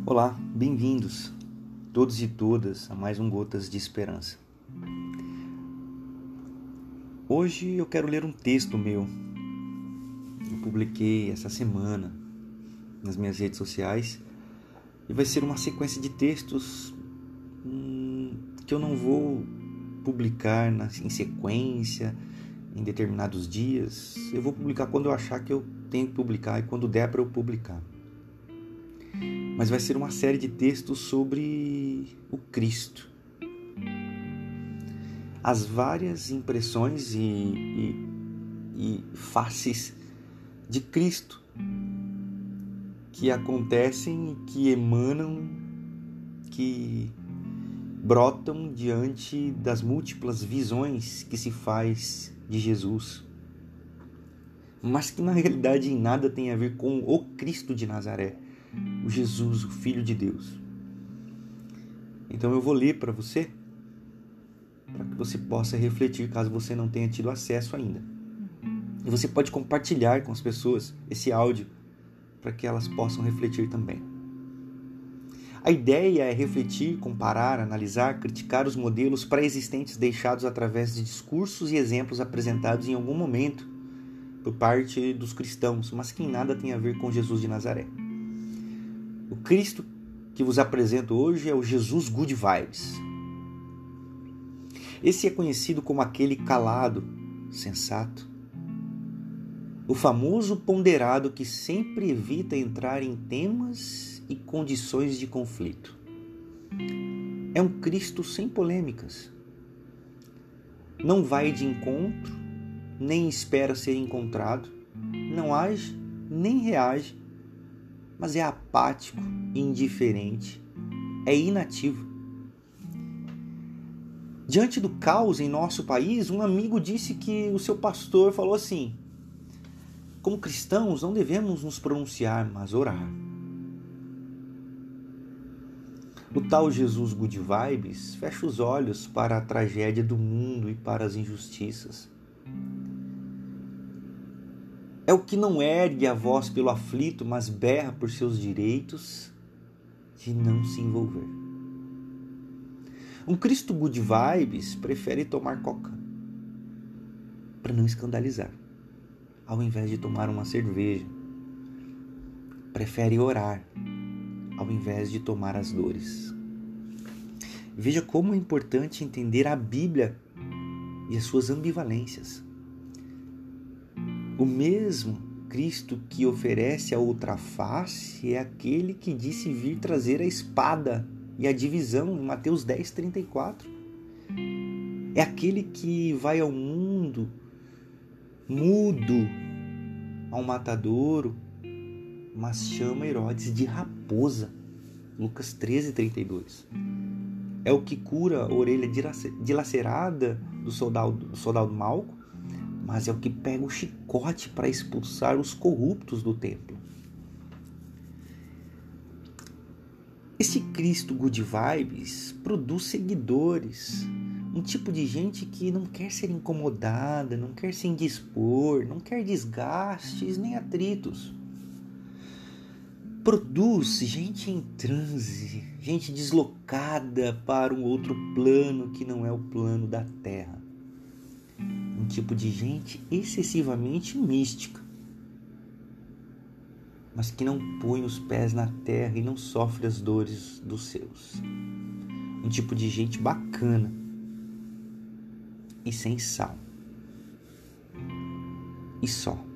Olá, bem-vindos, todos e todas, a mais um Gotas de Esperança. Hoje eu quero ler um texto meu. Eu publiquei essa semana nas minhas redes sociais e vai ser uma sequência de textos que eu não vou publicar em sequência, em determinados dias. Eu vou publicar quando eu achar que eu tenho que publicar e quando der para eu publicar. Mas vai ser uma série de textos sobre o Cristo. As várias impressões e faces de Cristo que acontecem, que emanam, que brotam diante das múltiplas visões que se faz de Jesus, mas que na realidade em nada tem a ver com o Cristo de Nazaré, o Jesus, o Filho de Deus. Então eu vou ler para você, para que você possa refletir, caso você não tenha tido acesso ainda. E você pode compartilhar com as pessoas esse áudio, para que elas possam refletir também. A ideia é refletir, comparar, analisar, criticar os modelos pré-existentes deixados através de discursos e exemplos apresentados em algum momento por parte dos cristãos, mas que em nada tem a ver com Jesus de Nazaré. O Cristo que vos apresento hoje é o Jesus Good Vibes. Esse é conhecido como aquele calado, sensato, o famoso ponderado que sempre evita entrar em temas e condições de conflito. É um Cristo sem polêmicas. Não vai de encontro, nem espera ser encontrado, não age, nem reage, mas é apático, indiferente, é inativo. Diante do caos em nosso país, um amigo disse que o seu pastor falou assim: como cristãos não devemos nos pronunciar, mas orar. O tal Jesus Good Vibes fecha os olhos para a tragédia do mundo e para as injustiças. É o que não ergue a voz pelo aflito, mas berra por seus direitos de não se envolver. Um Cristo Good Vibes prefere tomar coca para não escandalizar, ao invés de tomar uma cerveja. Prefere orar ao invés de tomar as dores. Veja como é importante entender a Bíblia e as suas ambivalências. O mesmo Cristo que oferece a outra face é aquele que disse vir trazer a espada e a divisão em Mateus 10:34. É aquele que vai ao mundo mudo, ao matadouro, mas chama Herodes de raposa. Lucas 13:32. É o que cura a orelha dilacerada do soldado Malco, mas é o que pega o chicote para expulsar os corruptos do templo. Esse Cristo Good Vibes produz seguidores, um tipo de gente que não quer ser incomodada, não quer se indispor, não quer desgastes nem atritos. Produz gente em transe, gente deslocada para um outro plano que não é o plano da Terra. Um tipo de gente excessivamente mística, mas que não põe os pés na terra e não sofre as dores dos seus. Um tipo de gente bacana e sem sal. E só.